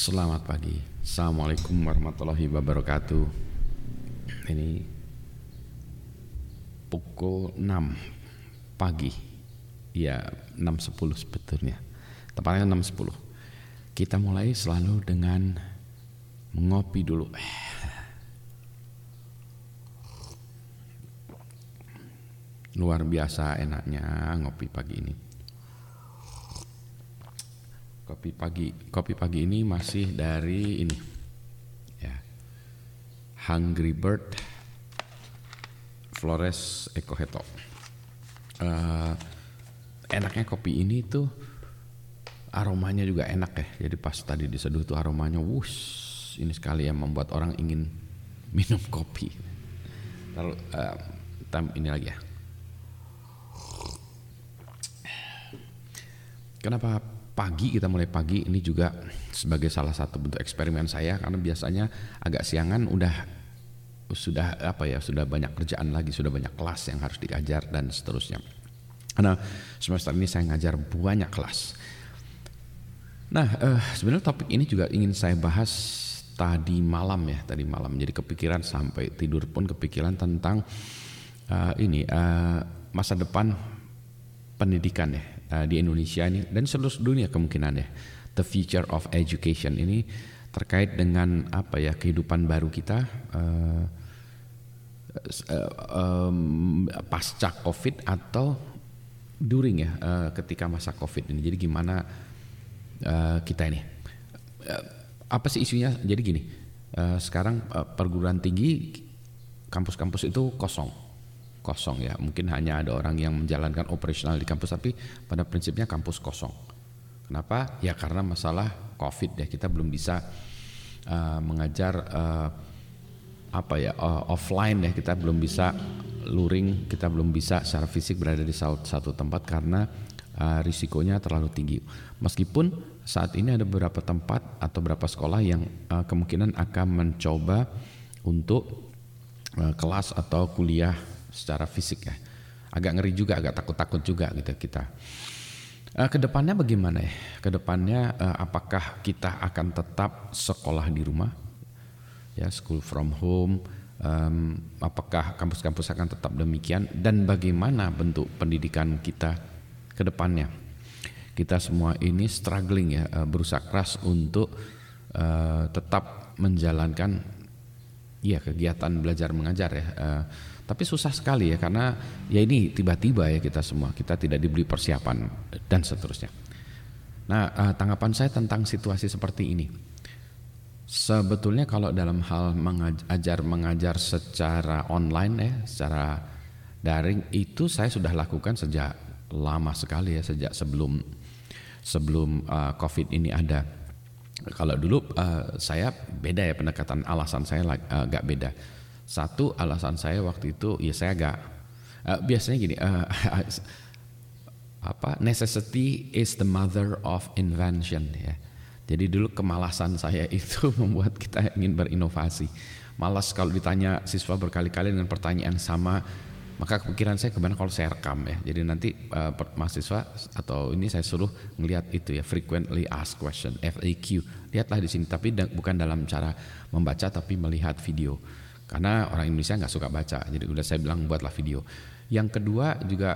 Selamat pagi. Assalamualaikum warahmatullahi wabarakatuh. Ini pukul 6 pagi. Ya, 6.10 sebetulnya. Tepatnya 6.10. Kita mulai selalu dengan ngopi dulu. Luar biasa enaknya ngopi pagi ini. Kopi pagi ini masih dari ini ya, Hungry Bird Flores Ekoheto. Enaknya kopi ini tuh aromanya juga enak ya. Jadi pas tadi diseduh tuh aromanya wush, ini sekali yang membuat orang ingin minum kopi. Lalu ini lagi ya. Kenapa pagi, kita mulai pagi ini juga sebagai salah satu bentuk eksperimen saya, karena biasanya agak siangan sudah banyak kerjaan lagi, sudah banyak kelas yang harus diajar dan seterusnya. Karena semester ini saya ngajar banyak kelas. Nah, sebenarnya topik ini juga ingin saya bahas tadi malam. Jadi kepikiran sampai tidur pun kepikiran tentang masa depan pendidikan ya. Di Indonesia ini dan seluruh dunia kemungkinan ya, the future of education ini terkait dengan kehidupan baru kita pasca COVID atau during ketika masa COVID ini. Jadi gimana kita ini apa sih isunya? Jadi gini, sekarang perguruan tinggi kampus-kampus itu kosong ya, mungkin hanya ada orang yang menjalankan operasional di kampus, tapi pada prinsipnya kampus kosong. Kenapa? Ya karena masalah COVID ya, kita belum bisa mengajar offline ya, kita belum bisa luring, kita belum bisa secara fisik berada di satu tempat karena risikonya terlalu tinggi. Meskipun saat ini ada beberapa tempat atau beberapa sekolah yang kemungkinan akan mencoba untuk kelas atau kuliah secara fisik ya. Agak ngeri juga, agak takut-takut juga gitu kita. Kedepannya bagaimana ya? Kedepannya apakah kita akan tetap sekolah di rumah? Ya, school from home. Apakah kampus-kampus akan tetap demikian? Dan bagaimana bentuk pendidikan kita kedepannya? Kita semua ini struggling ya, berusaha keras untuk tetap menjalankan kegiatan belajar mengajar ya. Tapi susah sekali ya, karena ya ini tiba-tiba ya, kita tidak diberi persiapan dan seterusnya. Nah, tanggapan saya tentang situasi seperti ini, sebetulnya kalau dalam hal mengajar secara online ya, secara daring, itu saya sudah lakukan sejak lama sekali ya, sejak sebelum COVID ini ada. Kalau dulu saya beda ya pendekatan, alasan saya agak beda. Satu, alasan saya waktu itu ya saya agak biasanya gini, necessity is the mother of invention ya. Jadi dulu kemalasan saya itu membuat kita ingin berinovasi. Malas kalau ditanya siswa berkali-kali dengan pertanyaan sama, maka kepikiran saya kemana kalau saya rekam ya. Jadi nanti mahasiswa atau ini saya suruh ngelihat itu ya, frequently asked question, FAQ. Lihatlah di sini, tapi bukan dalam cara membaca tapi melihat video. Karena orang Indonesia nggak suka baca, jadi udah saya bilang buatlah video. Yang kedua juga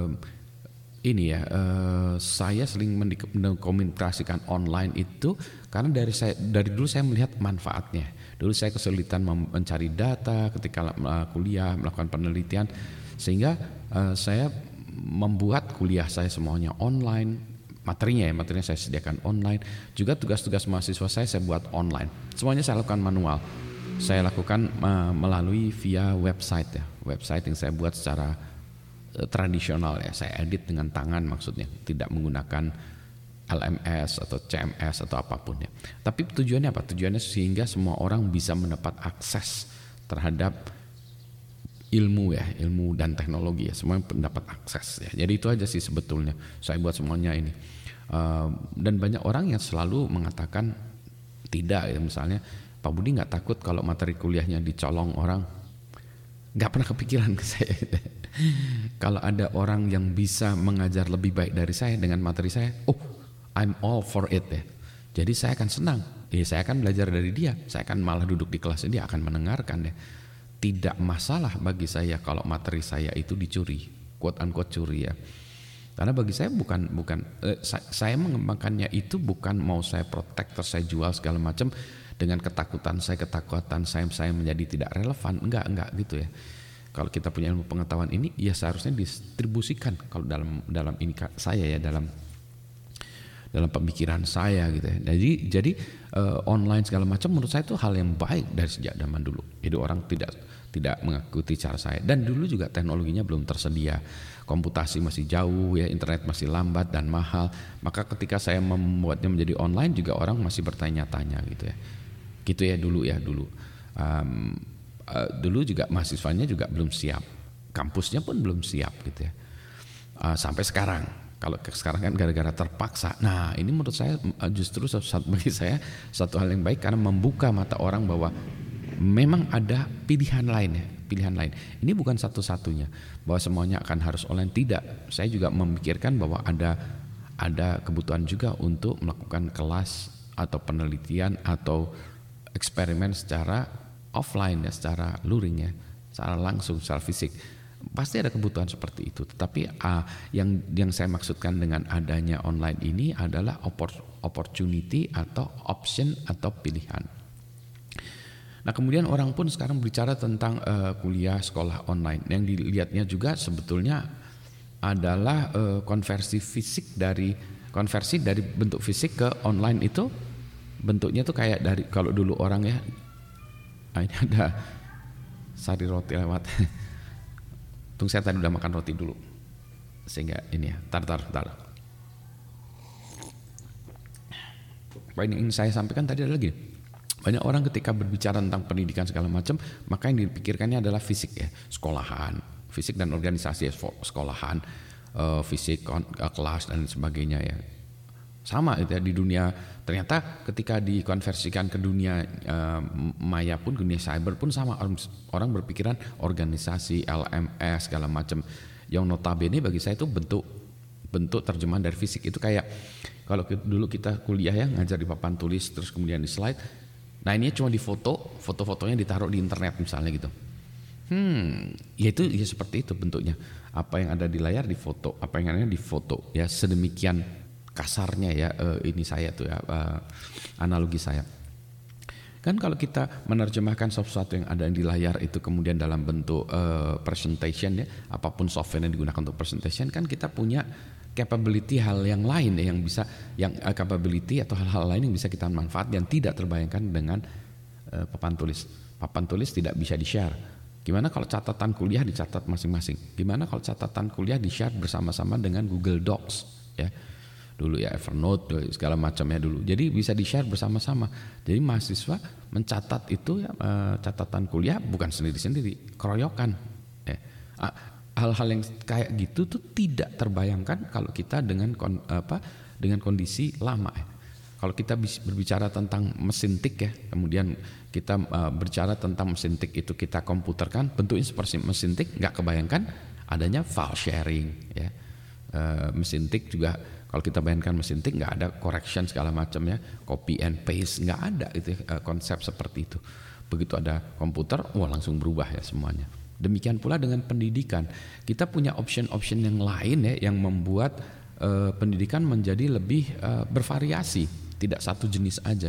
saya sering mengkomunikasikan online itu karena dari dulu saya melihat manfaatnya. Dulu saya kesulitan mencari data ketika kuliah, melakukan penelitian, sehingga saya membuat kuliah saya semuanya online. Materinya saya sediakan online. Juga tugas-tugas mahasiswa saya buat online. Semuanya saya lakukan manual. Saya lakukan melalui via website ya, website yang saya buat secara tradisional ya, saya edit dengan tangan, maksudnya tidak menggunakan LMS atau CMS atau apapun ya. Tapi tujuannya apa? Tujuannya sehingga semua orang bisa mendapat akses terhadap ilmu dan teknologi ya, semuanya mendapat akses ya. Jadi itu aja sih sebetulnya saya buat semuanya ini. Dan banyak orang yang selalu mengatakan tidak ya, misalnya Pak Budi nggak takut kalau materi kuliahnya dicolong orang? Nggak pernah kepikiran ke saya. Kalau ada orang yang bisa mengajar lebih baik dari saya dengan materi saya, I'm all for it ya. Jadi saya akan senang saya akan belajar dari dia, saya akan malah duduk di kelas dia akan mendengarkan ya. Tidak masalah bagi saya kalau materi saya itu dicuri, quote unquote curi ya. Karena bagi saya saya mengembangkannya itu bukan mau saya protect terus saya jual segala macam dengan ketakutan saya menjadi tidak relevan, enggak gitu ya. Kalau kita punya ilmu pengetahuan ini ya seharusnya distribusikan kalau dalam ini saya ya dalam pemikiran saya gitu ya. Jadi online segala macam menurut saya itu hal yang baik dari sejak zaman dulu. Jadi orang tidak mengikuti cara saya, dan dulu juga teknologinya belum tersedia, komputasi masih jauh ya, internet masih lambat dan mahal. Maka ketika saya membuatnya menjadi online juga orang masih bertanya-tanya gitu ya dulu. Dulu juga mahasiswanya juga belum siap, kampusnya pun belum siap gitu ya. Sampai sekarang, kalau sekarang kan gara-gara terpaksa. Nah ini menurut saya justru bagi saya satu hal yang baik, karena membuka mata orang bahwa memang ada pilihan lain. Ini bukan satu-satunya bahwa semuanya akan harus online, tidak. Saya juga memikirkan bahwa ada kebutuhan juga untuk melakukan kelas atau penelitian atau eksperimen secara offline ya, secara luring ya, secara langsung, secara fisik. Pasti ada kebutuhan seperti itu. Tetapi yang saya maksudkan dengan adanya online ini adalah opportunity atau option atau pilihan. Nah kemudian orang pun sekarang bicara tentang kuliah sekolah online. Yang dilihatnya juga sebetulnya adalah konversi dari bentuk fisik ke online itu bentuknya tuh kayak dari kalau dulu orang ya. Nah, ini ada sari roti lewat. Tunggu, saya tadi udah makan roti dulu. Sehingga ini ya, tar. Apa yang ingin saya sampaikan tadi adalah gini. Banyak orang ketika berbicara tentang pendidikan segala macam, maka yang dipikirkannya adalah fisik ya, sekolahan, fisik dan organisasi ya, sekolahan, fisik, kelas dan sebagainya ya. Sama itu ya di dunia, ternyata ketika dikonversikan ke dunia maya pun, dunia cyber pun sama, orang berpikiran organisasi, LMS segala macam, yang notabene bagi saya itu bentuk terjemahan dari fisik. Itu kayak kalau dulu kita kuliah ya ngajar di papan tulis terus kemudian di slide, nah ini cuma di foto-fotonya ditaruh di internet misalnya gitu. Ya itu ya seperti itu bentuknya, apa yang ada di layar di foto, apa yang ada di foto ya, sedemikian kasarnya ya. Ini saya tuh ya, analogi saya kan kalau kita menerjemahkan sesuatu yang ada di layar itu kemudian dalam bentuk presentation ya, apapun software yang digunakan untuk presentation, kan kita punya capability hal yang lain ya, capability atau hal-hal lain yang bisa kita manfaatkan yang tidak terbayangkan dengan papan tulis tidak bisa di-share. Gimana kalau catatan kuliah dicatat masing-masing? Gimana kalau catatan kuliah di-share bersama-sama dengan Google Docs ya? Dulu ya Evernote segala macam ya dulu. Jadi bisa di-share bersama-sama. Jadi mahasiswa mencatat itu ya, catatan kuliah bukan sendiri-sendiri, keroyokan. Ya. Hal-hal yang kayak gitu tuh tidak terbayangkan kalau kita dengan kondisi lama ya. Kalau kita berbicara tentang mesin tik ya, kemudian kita berbicara tentang mesin tik itu kita komputerkan, bentuknya seperti mesin tik, nggak kebayangkan adanya file sharing ya. Mesin tik juga kalau kita bayangkan mesin tik nggak ada correction segala macam ya, copy and paste nggak ada itu konsep seperti itu. Begitu ada komputer, wah langsung berubah ya semuanya. Demikian pula dengan pendidikan, kita punya option-option yang lain ya, yang membuat pendidikan menjadi lebih bervariasi, tidak satu jenis aja.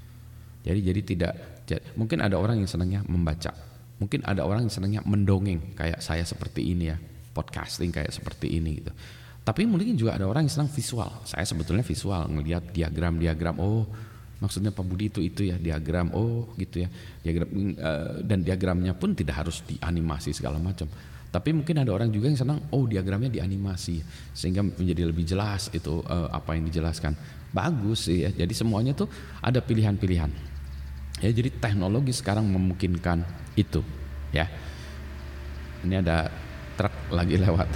Jadi tidak, mungkin ada orang yang senangnya membaca, mungkin ada orang yang senangnya mendongeng kayak saya seperti ini ya, podcasting kayak seperti ini gitu. Tapi mungkin juga ada orang yang senang visual. Saya sebetulnya visual, ngelihat diagram. Oh, maksudnya Pak Budi itu ya diagram. Oh, gitu ya. Diagram, dan diagramnya pun tidak harus dianimasi segala macam. Tapi mungkin ada orang juga yang senang, oh diagramnya dianimasi sehingga menjadi lebih jelas itu apa yang dijelaskan. Bagus sih ya. Jadi semuanya tuh ada pilihan-pilihan. Ya, jadi teknologi sekarang memungkinkan itu, ya. Ini ada truk lagi lewat.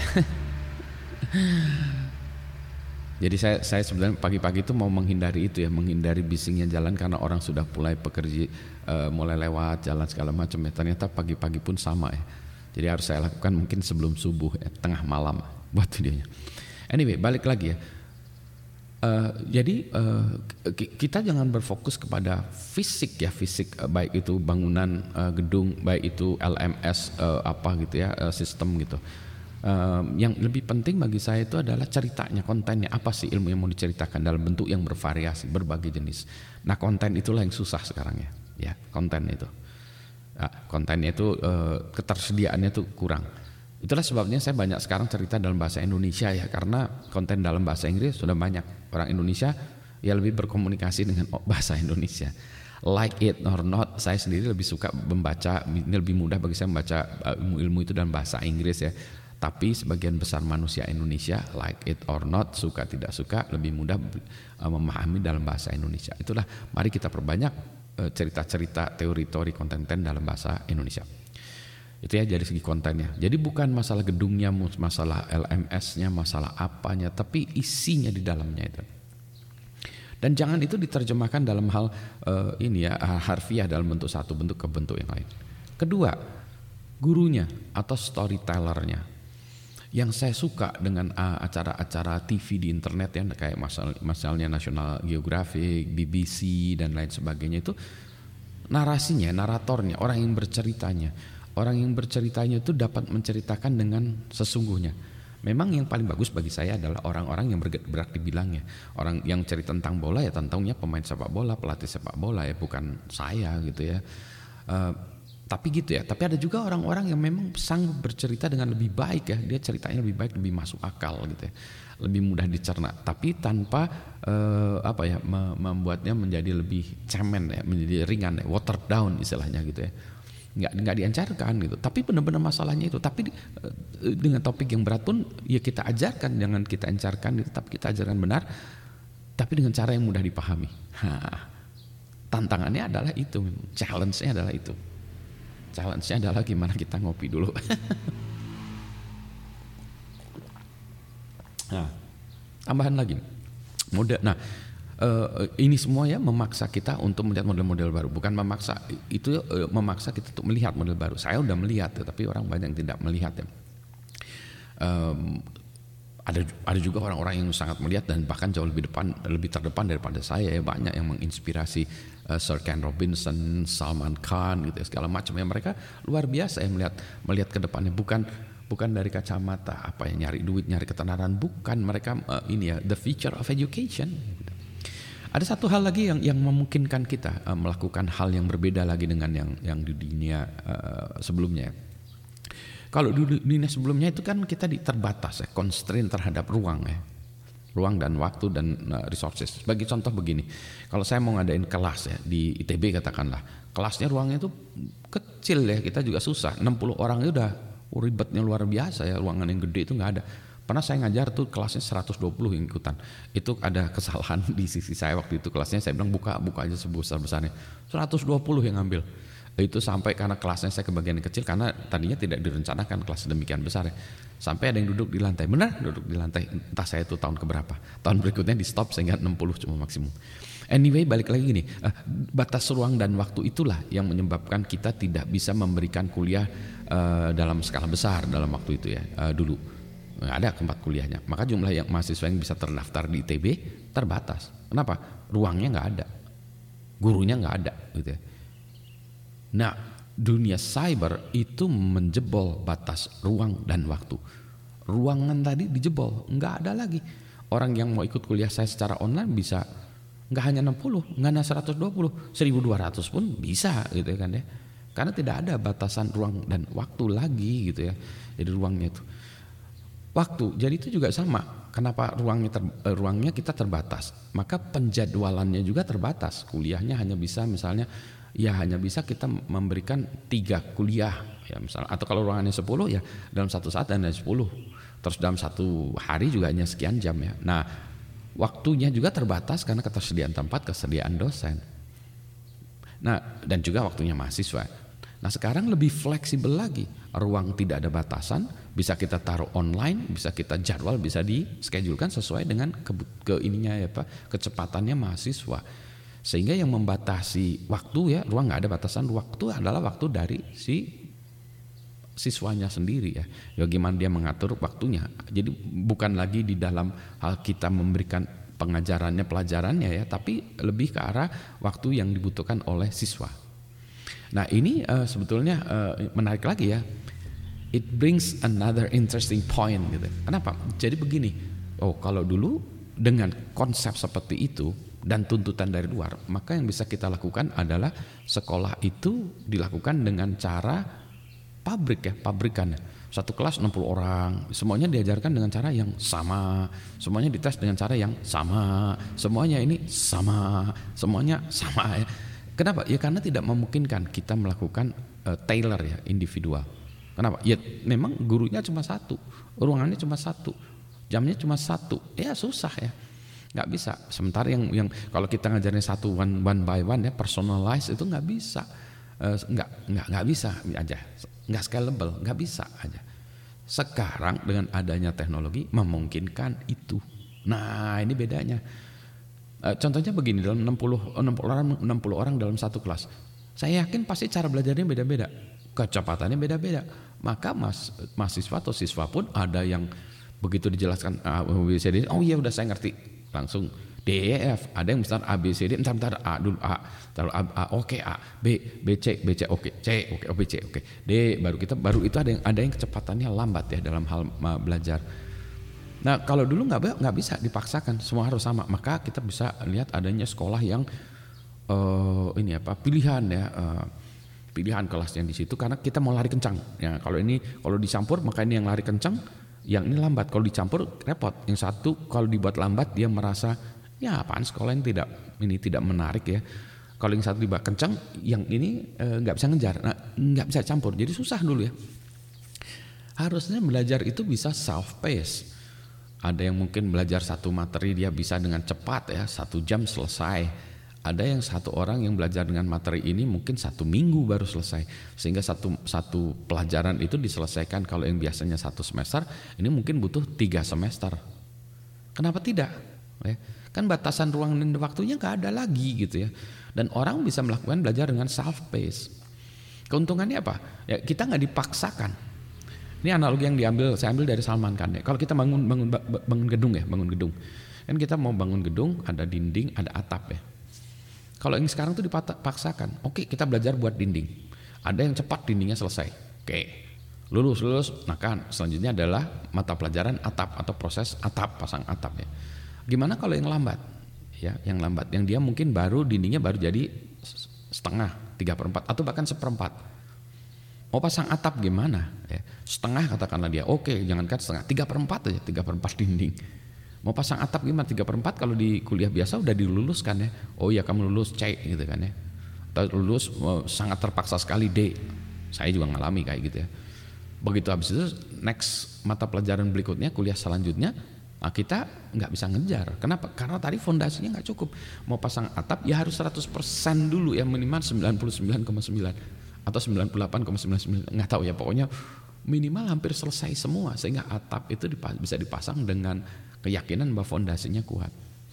Jadi saya sebenarnya pagi-pagi itu mau menghindari itu ya, menghindari bisingnya jalan karena orang sudah mulai bekerja, mulai lewat jalan segala macam ya. Ternyata pagi-pagi pun sama ya. Jadi harus saya lakukan mungkin sebelum subuh ya, tengah malam buat videonya. Anyway, balik lagi ya. Kita jangan berfokus kepada fisik ya, fisik baik itu bangunan gedung, baik itu LMS apa gitu ya, sistem gitu. Yang lebih penting bagi saya itu adalah ceritanya, kontennya apa sih ilmu yang mau diceritakan dalam bentuk yang bervariasi, berbagai jenis. Nah konten itulah yang susah sekarang ya konten itu. Kontennya itu ketersediaannya itu kurang. Itulah sebabnya saya banyak sekarang cerita dalam bahasa Indonesia ya, karena konten dalam bahasa Inggris sudah banyak. Orang Indonesia ya lebih berkomunikasi dengan bahasa Indonesia. Like it or not, saya sendiri lebih suka membaca, ini lebih mudah bagi saya membaca ilmu-ilmu itu dalam bahasa Inggris ya. Tapi sebagian besar manusia Indonesia, like it or not, suka tidak suka, lebih mudah memahami dalam bahasa Indonesia. Itulah, mari kita perbanyak cerita-cerita, teori-teori, konten-konten dalam bahasa Indonesia. Itu ya dari segi kontennya. Jadi bukan masalah gedungnya, masalah LMS-nya, masalah apanya, tapi isinya di dalamnya itu. Dan jangan itu diterjemahkan dalam hal harfiah dalam bentuk satu, bentuk ke bentuk yang lain. Kedua, gurunya atau storytellernya. Yang saya suka dengan acara-acara TV di internet ya, kayak misalnya National Geographic, BBC dan lain sebagainya, itu narasinya, naratornya, orang yang berceritanya. Orang yang berceritanya itu dapat menceritakan dengan sesungguhnya. Memang yang paling bagus bagi saya adalah orang-orang yang bergerak di bilangnya. Orang yang cerita tentang bola ya tentangnya pemain sepak bola, pelatih sepak bola ya, bukan saya gitu ya. Tapi gitu ya. Tapi ada juga orang-orang yang memang sanggup bercerita dengan lebih baik ya. Dia ceritanya lebih baik, lebih masuk akal gitu ya. Lebih mudah dicerna. Tapi tanpa membuatnya menjadi lebih cemen ya, menjadi ringan ya, watered down istilahnya gitu ya. Nggak diancarkan gitu, tapi benar-benar masalahnya itu. Tapi dengan topik yang berat pun ya kita ajarkan, jangan kita encarkan, tapi kita ajarkan benar, tapi dengan cara yang mudah dipahami. Tantangannya adalah itu, challenge-nya adalah itu. Challenge-nya adalah gimana kita ngopi dulu. Nah, tambahan lagi mode. Nah, ini semua ya memaksa kita untuk melihat model-model baru. Bukan memaksa, itu memaksa kita untuk melihat model baru. Saya udah melihat ya, tapi orang banyak yang tidak melihat ya. Ada juga orang-orang yang sangat melihat dan bahkan jauh lebih terdepan daripada saya ya. Banyak yang menginspirasi Sir Ken Robinson, Salman Khan gitu ya, segala macam ya. Mereka luar biasa ya melihat ke depannya, bukan dari kacamata apa ya, nyari duit, nyari ketenaran, bukan. Mereka the future of education. Ada satu hal lagi yang memungkinkan kita melakukan hal yang berbeda lagi dengan yang di dunia sebelumnya. Kalau di dunia sebelumnya itu kan kita terbatas ya, constraint terhadap ruang ya, ruang dan waktu dan resources. Sebagai contoh begini, kalau saya mau ngadain kelas ya di ITB katakanlah, kelasnya ruangnya itu kecil ya, kita juga susah. 60 orang itu udah ribetnya luar biasa ya, ruangan yang gede itu nggak ada. Pernah saya ngajar tuh kelasnya 120 yang ikutan. Itu ada kesalahan di sisi saya waktu itu, kelasnya saya bilang buka aja sebesar-besarnya. 120 yang ngambil. Itu sampai karena kelasnya saya kebagian kecil, karena tadinya tidak direncanakan kelas demikian besar ya. Sampai ada yang duduk di lantai. Benar duduk di lantai. Entah saya itu tahun keberapa. Tahun berikutnya di stop sehingga 60 cuma maksimum. Anyway, balik lagi gini, batas ruang dan waktu itulah yang menyebabkan kita tidak bisa memberikan kuliah dalam skala besar dalam waktu itu ya, dulu. Nggak ada tempat kuliahnya, maka jumlah yang mahasiswa yang bisa terdaftar di ITB terbatas. Kenapa? Ruangnya nggak ada, gurunya nggak ada gitu ya. Nah, dunia cyber itu menjebol batas ruang dan waktu. Ruangan tadi dijebol, nggak ada lagi. Orang yang mau ikut kuliah saya secara online bisa nggak hanya 60, nggak hanya 120, 1200 pun bisa gitu ya kan ya. Karena tidak ada batasan ruang dan waktu lagi gitu ya. Jadi ruangnya itu waktu, jadi itu juga sama. Kenapa ruangnya kita terbatas? Maka penjadwalannya juga terbatas. Kuliahnya hanya bisa misalnya hanya bisa kita memberikan 3 kuliah ya misalnya, atau kalau ruangannya 10 ya dalam satu saat hanya 10. Terus dalam satu hari juga hanya sekian jam ya. Nah, waktunya juga terbatas karena ketersediaan tempat, kesediaan dosen. Nah, dan juga waktunya mahasiswa. Nah, sekarang lebih fleksibel lagi. Ruang tidak ada batasan, bisa kita taruh online, bisa kita jadwal, bisa di-schedulekan sesuai dengan kecepatannya mahasiswa. Sehingga yang membatasi waktu ya, ruang nggak ada batasan, waktu adalah waktu dari si siswanya sendiri ya. Bagaimana dia mengatur waktunya. Jadi bukan lagi di dalam hal kita memberikan pengajarannya, pelajarannya ya, tapi lebih ke arah waktu yang dibutuhkan oleh siswa. Nah ini sebetulnya menarik lagi ya. It brings another interesting point gitu. Kenapa? Jadi begini, kalau dulu dengan konsep seperti itu dan tuntutan dari luar, maka yang bisa kita lakukan adalah sekolah itu dilakukan dengan cara pabrikan. Satu kelas 60 orang, semuanya diajarkan dengan cara yang sama, semuanya dites dengan cara yang sama, semuanya ini sama, semuanya sama ya. Kenapa? Ya karena tidak memungkinkan kita melakukan tailor ya, individual. Kenapa? Ya memang gurunya cuma satu, ruangannya cuma satu, jamnya cuma satu, ya susah ya, nggak bisa. Sementara yang kalau kita ngajarin satu one by one ya, personalized itu nggak bisa, nggak bisa aja, nggak scalable, nggak bisa aja. Sekarang dengan adanya teknologi memungkinkan itu. Nah ini bedanya. Contohnya begini, dalam 60 orang dalam satu kelas, saya yakin pasti cara belajarnya beda-beda, kecepatannya beda-beda. Maka mahasiswa atau siswa pun ada yang begitu dijelaskan ABCD, oh iya udah saya ngerti, langsung D E F. Ada yang misalnya ABCD, bentar A dulu, A taruh A, oke A, B C oke, C oke, B C oke, D baru itu ada yang kecepatannya lambat ya dalam hal belajar. Nah kalau dulu nggak bisa dipaksakan, semua harus sama. Maka kita bisa lihat adanya sekolah yang pilihan kelasnya di situ karena kita mau lari kencang. Ya kalau dicampur maka ini yang lari kencang, yang ini lambat. Kalau dicampur repot. Yang satu kalau dibuat lambat dia merasa ya apaan sekolah ini tidak menarik ya. Kalau yang satu dibuat kencang, yang ini nggak bisa ngejar, nggak bisa campur. Jadi susah dulu ya. Harusnya belajar itu bisa self pace. Ada yang mungkin belajar satu materi dia bisa dengan cepat ya, 1 jam selesai. Ada yang satu orang yang belajar dengan materi ini mungkin 1 minggu baru selesai. Sehingga satu pelajaran itu diselesaikan kalau yang biasanya 1 semester, ini mungkin butuh 3 semester. Kenapa tidak? Ya, kan batasan ruang dan waktunya nggak ada lagi gitu ya. Dan orang bisa melakukan belajar dengan self pace. Keuntungannya apa? Ya kita nggak dipaksakan. Ini analogi yang saya ambil dari Salman Khan ya. Kalau kita bangun gedung ya, kan kita mau bangun gedung, ada dinding, ada atap ya. Kalau yang sekarang tuh dipaksakan, oke kita belajar buat dinding. Ada yang cepat dindingnya selesai, oke lulus. Nah kan selanjutnya adalah mata pelajaran atap atau proses atap, pasang atap ya. Gimana kalau yang lambat? Ya, yang dia mungkin dindingnya baru jadi setengah, 3/4 atau bahkan 1/4. Mau pasang atap gimana? Ya, setengah katakanlah dia, oke jangankan setengah, 3/4 aja, 3/4 dinding. Mau pasang atap gimana? 3/4 kalau di kuliah biasa udah diluluskan ya. Oh ya kamu lulus C gitu kan ya. Atau lulus sangat terpaksa sekali D. Saya juga ngalami kayak gitu ya. Begitu habis itu next mata pelajaran berikutnya, kuliah selanjutnya, kita nggak bisa ngejar. Kenapa? Karena tadi fondasinya nggak cukup. Mau pasang atap ya harus 100% dulu ya, minimal 99,9 atau 98,99, nggak tahu ya, pokoknya minimal hampir selesai semua sehingga atap itu bisa dipasang dengan keyakinan bahwa fondasinya kuat.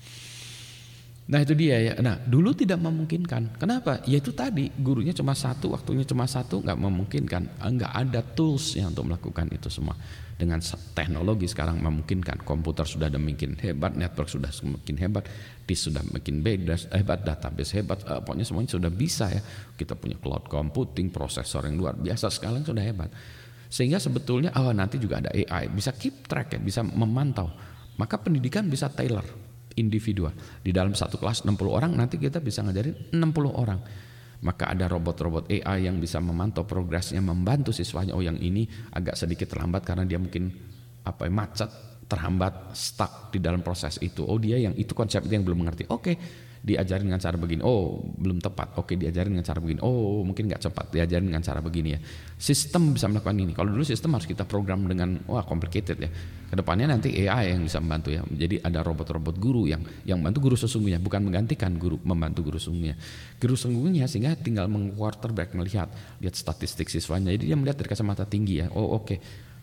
Nah itu dia ya. Nah dulu tidak memungkinkan. Kenapa? Ya itu tadi, gurunya cuma satu, waktunya cuma satu, nggak memungkinkan. Nggak ada tools-nya untuk melakukan itu semua. Dengan teknologi sekarang memungkinkan. Komputer sudah demikian hebat, network sudah semakin hebat, disk sudah makin hebat, database hebat, pokoknya semuanya sudah bisa ya. Kita punya cloud computing, prosesor yang luar biasa sekarang sudah hebat. Sehingga sebetulnya nanti juga ada AI, bisa keep track ya, bisa memantau. Maka pendidikan bisa tailor, individual. Di dalam satu kelas 60 orang, nanti kita bisa ngajarin 60 orang. Maka ada robot-robot AI yang bisa memantau progresnya, membantu siswanya. Oh yang ini agak sedikit terlambat karena dia mungkin macet, terhambat, stuck di dalam proses itu. Oh dia yang itu konsep itu yang belum mengerti. Oke, diajarin dengan cara begini. Oh belum tepat. Oke diajarin dengan cara begini. Oh mungkin nggak cepat. Diajarin dengan cara begini ya. Sistem bisa melakukan ini. Kalau dulu sistem harus kita program dengan complicated ya. Kedepannya nanti AI yang bisa membantu ya. Jadi ada robot-robot guru yang membantu guru sesungguhnya, bukan menggantikan guru, membantu guru sesungguhnya. Guru sesungguhnya sehingga tinggal meng-quarterback, lihat statistik siswanya. Jadi dia melihat dari kacamata tinggi ya. Oh oke.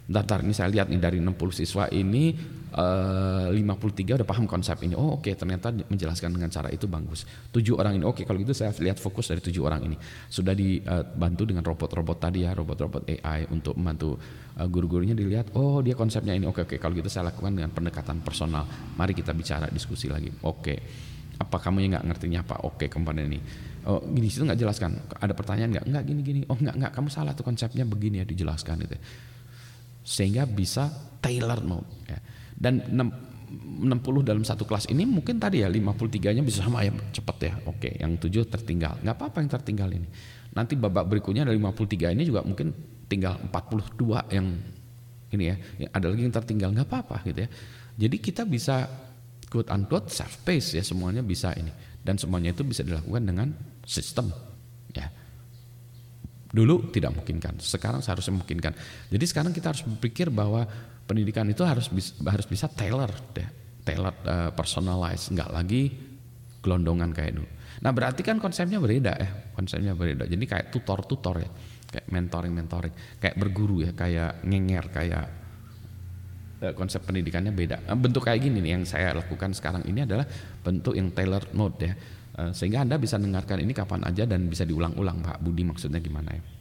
Bentar, ini saya lihat nih dari 60 siswa ini 53 udah paham konsep ini. Oh oke, ternyata menjelaskan dengan cara itu bagus. 7 orang ini, oke kalau gitu saya lihat fokus dari 7 orang ini. Sudah dibantu dengan robot-robot tadi ya, robot-robot AI untuk membantu guru-gurunya dilihat, oh dia konsepnya ini, oke kalau gitu saya lakukan dengan pendekatan personal. Mari kita bicara, diskusi lagi. Oke, apa kamu yang nggak ngertinya apa? Oke, komponen ini. Oh, di situ nggak jelaskan. Ada pertanyaan nggak? Nggak gini. Oh nggak, kamu salah tuh konsepnya begini ya, dijelaskan gitu. Sehingga bisa tailor mode ya. Dan 60 dalam satu kelas ini mungkin tadi ya 53-nya bisa sama ya cepat ya. Oke, yang 7 tertinggal. Nggak apa-apa yang tertinggal ini. Nanti babak berikutnya dari 53 ini juga mungkin tinggal 42 yang ini ya. Ada lagi yang tertinggal, nggak apa-apa gitu ya. Jadi kita bisa quote unquote self pace ya, semuanya bisa ini. Dan semuanya itu bisa dilakukan dengan sistem ya. Dulu tidak memungkinkan, sekarang seharusnya memungkinkan. Jadi sekarang kita harus berpikir bahwa pendidikan itu harus bisa tailor, personalized, nggak lagi gelondongan kayak dulu. Nah berarti kan konsepnya beda ya, Jadi kayak tutor ya, kayak mentoring, kayak berguru ya, kayak ngenger, kayak konsep pendidikannya beda. Bentuk kayak gini nih yang saya lakukan sekarang ini adalah bentuk yang tailor mode ya. Sehingga Anda bisa dengarkan ini kapan aja dan bisa diulang-ulang. Pak Budi maksudnya gimana ya?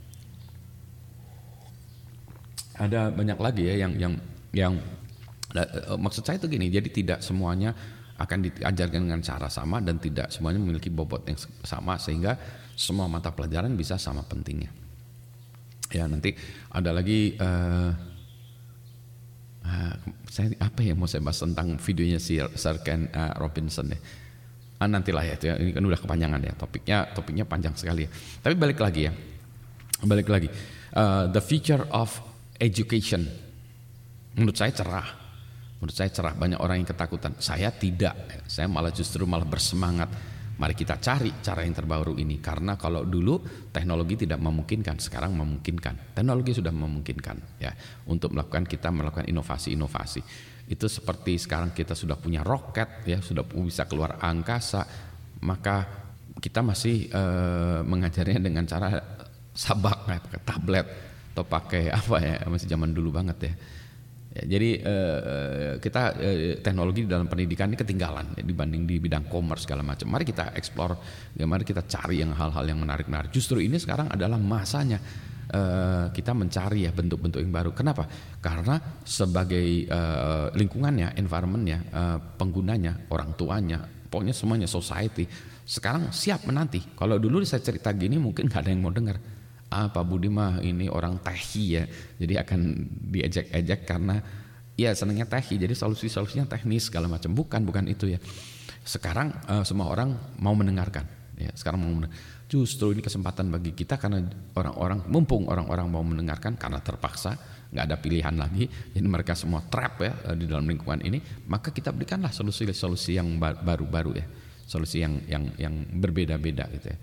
Ada banyak lagi ya yang maksud saya itu gini, jadi tidak semuanya akan diajarkan dengan cara sama dan tidak semuanya memiliki bobot yang sama sehingga semua mata pelajaran bisa sama pentingnya. Ya nanti ada lagi saya apa ya mau saya bahas tentang videonya si Sir Ken Robinson ya. Nantilah ya, itu ya, ini kan udah kepanjangan ya, topiknya panjang sekali ya. Tapi balik lagi the future of education menurut saya cerah. Banyak orang yang ketakutan, saya tidak, saya justru malah bersemangat. Mari kita cari cara yang terbaru ini, karena kalau dulu teknologi tidak memungkinkan, sekarang memungkinkan. Teknologi sudah memungkinkan ya untuk melakukan inovasi. Itu seperti sekarang kita sudah punya roket ya, sudah bisa keluar angkasa, maka kita masih mengajarnya dengan cara sabak, pakai tablet atau pakai apa ya, masih zaman dulu banget ya. Jadi kita teknologi dalam pendidikan ini ketinggalan ya, dibanding di bidang commerce segala macam. Mari kita explore, mari kita cari hal-hal yang menarik. Justru ini sekarang adalah masanya kita mencari ya bentuk-bentuk yang baru. Kenapa? Karena sebagai lingkungannya, environmentnya, penggunanya, orang tuanya, pokoknya semuanya society sekarang siap menanti. Kalau dulu saya cerita gini mungkin nggak ada yang mau dengar. Pak Budi mah ini orang tehi ya, jadi akan diejek-ejek karena ya senangnya tehi, jadi solusinya teknis segala macam. Bukan itu ya. Sekarang semua orang mau mendengarkan ya, justru ini kesempatan bagi kita karena mumpung orang-orang mau mendengarkan karena terpaksa, nggak ada pilihan lagi, jadi mereka semua trap ya di dalam lingkungan ini, maka kita berikanlah solusi yang baru-baru ya, solusi yang berbeda-beda gitu ya.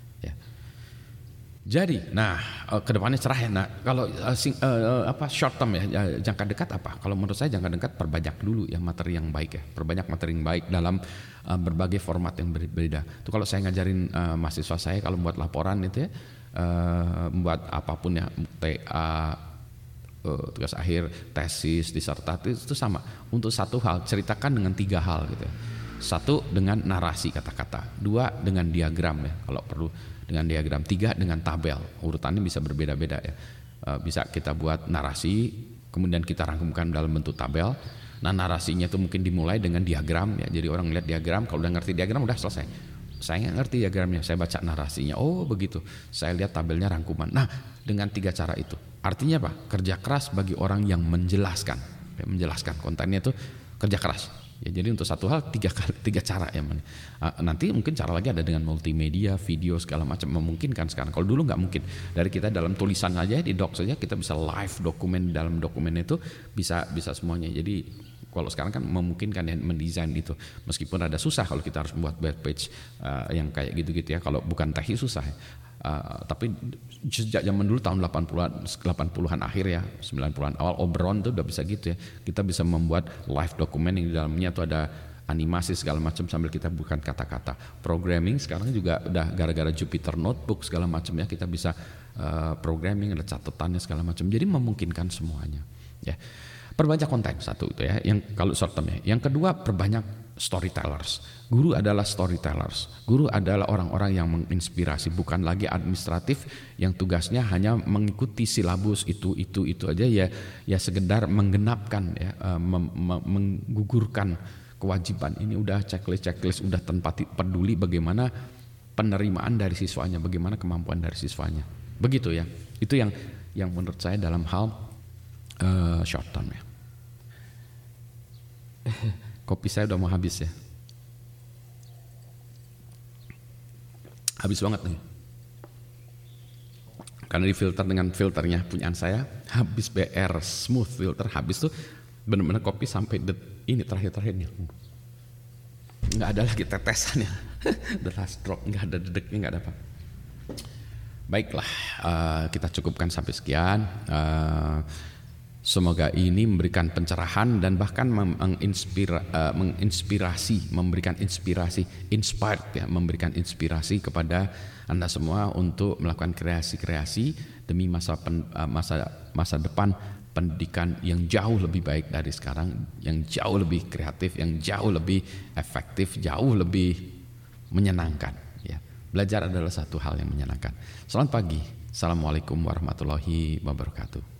Jadi, kedepannya cerah ya. Nah, kalau short term ya, jangka dekat apa? Kalau menurut saya jangka dekat perbanyak dulu ya materi yang baik ya, perbanyak materi yang baik dalam berbagai format yang berbeda. Itu kalau saya ngajarin mahasiswa saya kalau membuat laporan itu ya, membuat apapun ya, TA, tugas akhir, tesis, disertasi itu sama. Untuk satu hal ceritakan dengan 3 hal gitu ya. 1 dengan narasi kata-kata, 2 dengan diagram ya kalau perlu dengan diagram, 3 dengan tabel. Urutannya bisa berbeda-beda ya. Bisa kita buat narasi, kemudian kita rangkumkan dalam bentuk tabel. Nah narasinya itu mungkin dimulai dengan diagram ya. Jadi orang lihat diagram, kalau udah ngerti diagram udah selesai. Saya nggak ngerti diagramnya, saya baca narasinya. Oh begitu. Saya lihat tabelnya rangkuman. Nah dengan 3 cara itu, artinya apa? Kerja keras bagi orang yang menjelaskan. Ya, menjelaskan kontennya itu kerja keras. Ya, jadi untuk satu hal 3 cara ya. Nanti mungkin cara lagi ada dengan multimedia, video segala macam, memungkinkan sekarang. Kalau dulu nggak mungkin. Dari kita dalam tulisan aja di doc saja kita bisa live dokumen, dalam dokumen itu bisa semuanya. Jadi kalau sekarang kan memungkinkan ya mendesain itu. Meskipun ada susah kalau kita harus membuat web page yang kayak gitu-gitu ya. Kalau bukan teknik susah ya. Tapi sejak zaman dulu tahun 80-an akhir ya, 90-an awal Oberon tuh udah bisa gitu ya. Kita bisa membuat live dokumen yang di dalamnya tuh ada animasi segala macam sambil kita bukan kata-kata. Programming sekarang juga udah gara-gara Jupyter Notebook segala macam ya, kita bisa programming, ada catatannya segala macam. Jadi memungkinkan semuanya. Ya. Perbanyak konten, satu itu ya, yang kalau short term ya. Yang kedua, perbanyak storytellers. Guru adalah storytellers. Guru adalah orang-orang yang menginspirasi, bukan lagi administratif yang tugasnya hanya mengikuti silabus itu aja ya, ya sekedar menggenapkan ya, menggugurkan kewajiban. Ini udah checklist udah tanpa peduli bagaimana penerimaan dari siswanya, bagaimana kemampuan dari siswanya. Begitu ya. Itu yang menurut saya dalam hal short term ya. Kopi saya udah mau habis ya. Habis banget nih. Karena difilter dengan filternya punyaan saya, habis BR smooth filter, habis tuh benar-benar kopi sampai ini terakhirnya. Nggak ada lagi tetesannya. The last drop, nggak ada dedeknya, nggak ada apa. Baiklah, kita cukupkan sampai sekian. Semoga ini memberikan pencerahan dan bahkan menginspirasi, memberikan inspirasi, inspired ya, memberikan inspirasi kepada Anda semua untuk melakukan kreasi-kreasi demi masa depan pendidikan yang jauh lebih baik dari sekarang, yang jauh lebih kreatif, yang jauh lebih efektif, jauh lebih menyenangkan. Ya. Belajar adalah satu hal yang menyenangkan. Selamat pagi. Assalamualaikum warahmatullahi wabarakatuh.